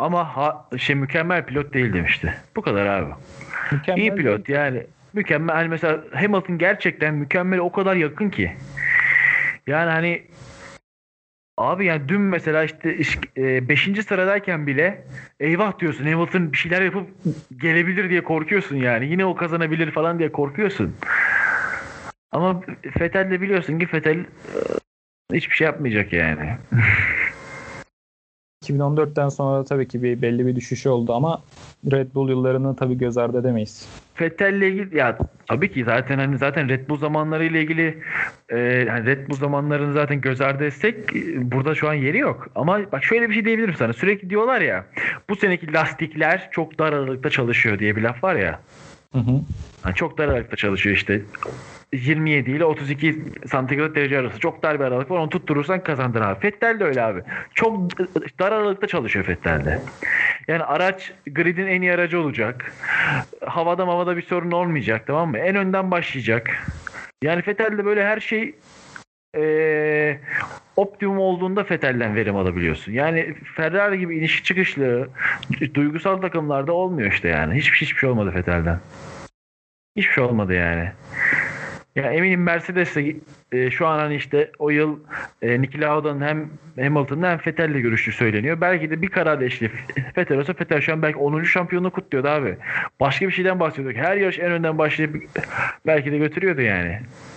Speaker 1: Ama ha, şey mükemmel pilot değil demişti. Bu kadar abi.
Speaker 2: Mükemmel
Speaker 1: İyi pilot yani. Mükemmel. Hani mesela Hamilton gerçekten mükemmel, o kadar yakın ki. Yani hani abi yani dün mesela işte beşinci sıradayken bile eyvah diyorsun, Hamilton bir şeyler yapıp gelebilir diye korkuyorsun yani. Yine o kazanabilir falan diye korkuyorsun. Ama Vettel'de biliyorsun ki Vettel e, hiçbir şey yapmayacak yani.
Speaker 2: iki bin on dörtten sonra tabii ki bir belli bir düşüş oldu ama Red Bull yıllarını tabii göz ardı edemeyiz.
Speaker 1: Vettel'le ilgili ya tabii ki zaten hani zaten Red Bull zamanları ile ilgili e, yani Red Bull zamanlarını zaten göz ardı etsek e, burada şu an yeri yok. Ama bak şöyle bir şey diyebilirim sana. Sürekli diyorlar ya, bu seneki lastikler çok dar aralıkta çalışıyor diye bir laf var ya.
Speaker 2: Hı hı.
Speaker 1: Yani çok dar aralıkta çalışıyor işte. yirmi yedi ile otuz iki santigrat derece arası çok dar bir aralık var. Onu tutturursan kazandın abi. Vettel de öyle abi. Çok dar aralıkta çalışıyor Vettel de. Yani araç gridin en iyi aracı olacak. Havada havada bir sorun olmayacak, tamam mı? En önden başlayacak. Yani Vettel'de böyle her şey ee, optimum olduğunda Vettel'den verim alabiliyorsun. Yani Ferrari gibi iniş çıkışlı duygusal takımlarda olmuyor işte yani. Hiçbir, hiçbir şey olmadı Vettel'den. Hiçbir şey olmadı yani. Ya eminim Mercedes'te e, şu an hani işte o yıl e, Niki Lauda'nın hem Hamilton'ın hem Vettel'le görüştüğü söyleniyor. Belki de bir karar değişti. Vettel olsa Vettel şu an belki onuncu şampiyonluğu kutluyordu abi. Başka bir şeyden bahsediyorduk. Her yarış en önden başlayıp belki de götürüyordu yani.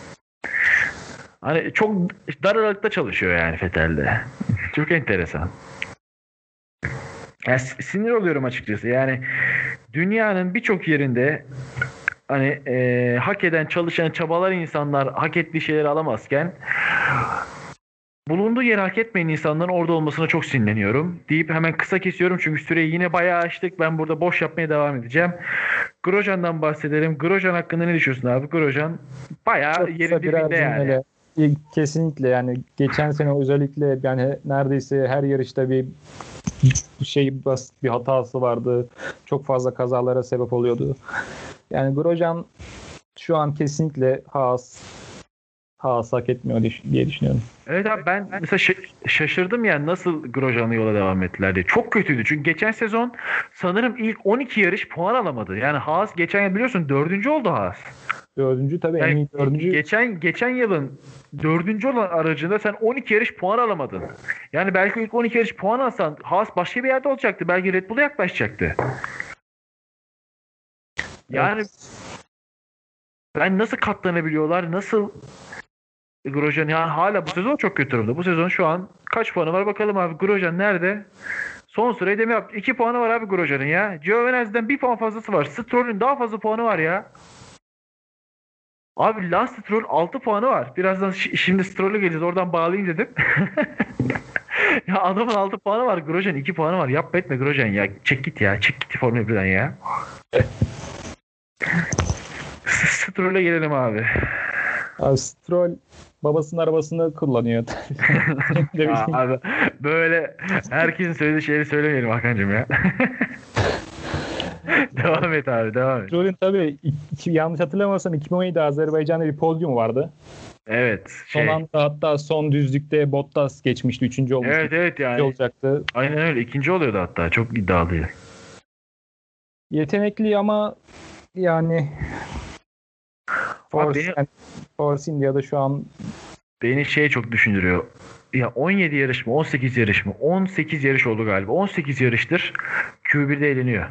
Speaker 1: Hani çok dar aralıkta çalışıyor yani Vettel'de. Çok enteresan. Yani sinir oluyorum açıkçası. Yani dünyanın birçok yerinde hani e, hak eden, çalışan, çabalar insanlar hak ettiği şeyleri alamazken bulunduğu yeri hak etmeyen insanların orada olmasına çok sinirleniyorum deyip hemen kısa kesiyorum çünkü süreyi yine bayağı açtık. Ben burada boş yapmaya devam edeceğim. Grosjean'dan bahsedelim. Grosjean hakkında ne düşünüyorsun abi? Grosjean bayağı
Speaker 2: Çok
Speaker 1: yerin
Speaker 2: kısa birer
Speaker 1: dibinde yani.
Speaker 2: cümleyle. Kesinlikle yani geçen sene özellikle yani neredeyse her yarışta bir şey basit bir hatası vardı. Çok fazla kazalara sebep oluyordu. Yani Grosjean şu an kesinlikle Haas Haas hak etmiyor diye düşünüyorum.
Speaker 1: Evet abi, ben mesela şa- şaşırdım yani nasıl Grosjean'ı yola devam ettiler diye. Çok kötüydü çünkü geçen sezon sanırım ilk on iki yarış puan alamadı. Yani Haas geçen yıl biliyorsun dördüncü oldu Haas.
Speaker 2: Dördüncü tabii en
Speaker 1: Yani
Speaker 2: iyi dördüncü.
Speaker 1: geçen geçen yılın dördüncü olan aracında sen on iki yarış puan alamadın. Yani belki ilk on iki yarış puan alsan Haas başka bir yerde olacaktı. Belki Red Bull'a yaklaşacaktı. Yani
Speaker 2: Evet.
Speaker 1: ben nasıl katlanabiliyorlar? Nasıl Grosjean yani hala bu sezon çok kötü durumda. Bu sezon şu an kaç puanı var bakalım abi. Grosjean nerede? Son sırayı demi yaptı. iki puanı var abi Grosjean'ın ya. Giovinazzi'den bir puan fazlası var. Stroll'ün daha fazla puanı var ya. Abi Lance Stroll altı puanı var. Birazdan ş- şimdi Stroll'e geleceğiz. Oradan bağlayayım dedim. Ya adamın altı puanı var. Grosjean iki puanı var. Yapma etme Grosjean ya. Çek git ya. Çek git Formula birden ya. Stroll'e gelelim abi.
Speaker 2: Abi Stroll babasının arabasını kullanıyor.
Speaker 1: Ya abi böyle herkesin söylediği şeyleri söylemeyelim Hakan'cığım ya. Devam et abi, devam et.
Speaker 2: Stroll'ün tabii iki, yanlış hatırlamıyorsam iki bin on yedi Azerbaycan'da bir podyumu vardı.
Speaker 1: Evet.
Speaker 2: Son
Speaker 1: Şey.
Speaker 2: anda hatta son düzlükte Bottas geçmişti. Üçüncü olmuştu.
Speaker 1: Evet evet yani.
Speaker 2: Olacaktı.
Speaker 1: Aynen öyle. İkinci oluyordu hatta. Çok iddialıydı.
Speaker 2: Yetenekli ama yani Force,
Speaker 1: beni,
Speaker 2: yani Force India'da şu an
Speaker 1: beni şey çok düşündürüyor. Ya on yedi yarış mı? on sekiz yarış mı? on sekiz yarış oldu galiba. on sekiz yarıştır Q bir'de eğleniyor.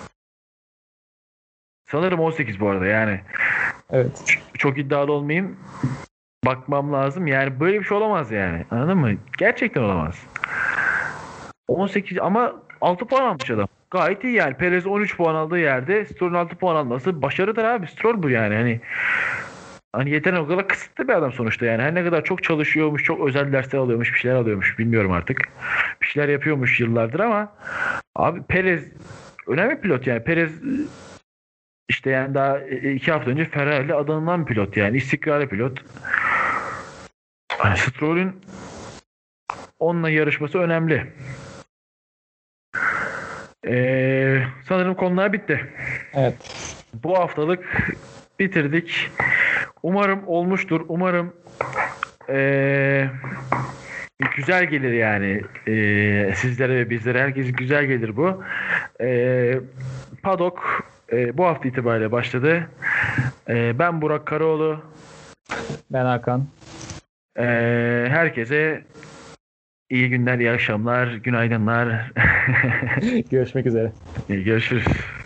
Speaker 1: Sanırım on sekiz bu arada yani.
Speaker 2: evet.
Speaker 1: Çok iddialı olmayayım. Bakmam lazım. Yani böyle bir şey olamaz yani. Anladın mı? Gerçekten olamaz. on sekiz ama altı puan almış adam. Gayet iyi yani. Perez on üç puan aldığı yerde Stroll'ün altı puan alması başarıdır abi. Stroll bu yani. Hani hani yetenek o kadar kısıtlı bir adam sonuçta yani. Her ne kadar çok çalışıyormuş, çok özel dersler alıyormuş, bir şeyler alıyormuş bilmiyorum artık. Bir şeyler yapıyormuş yıllardır ama abi Perez önemli pilot yani. Perez işte yani daha iki hafta önce Ferrari'yle adanılan bir pilot yani. İstikrarlı pilot. Hani Stroll'ün onunla yarışması önemli. Ee, sanırım konular bitti.
Speaker 2: Evet.
Speaker 1: Bu haftalık bitirdik. Umarım olmuştur. Umarım ee, güzel gelir yani. Ee, sizlere ve bizlere herkes güzel gelir bu. Ee, Padok e, bu hafta itibariyle başladı. Ee, ben Burak Karaoğlu.
Speaker 2: Ben Hakan.
Speaker 1: Ee, herkese iyi günler, iyi akşamlar, günaydınlar.
Speaker 2: Görüşmek üzere.
Speaker 1: Görüşürüz.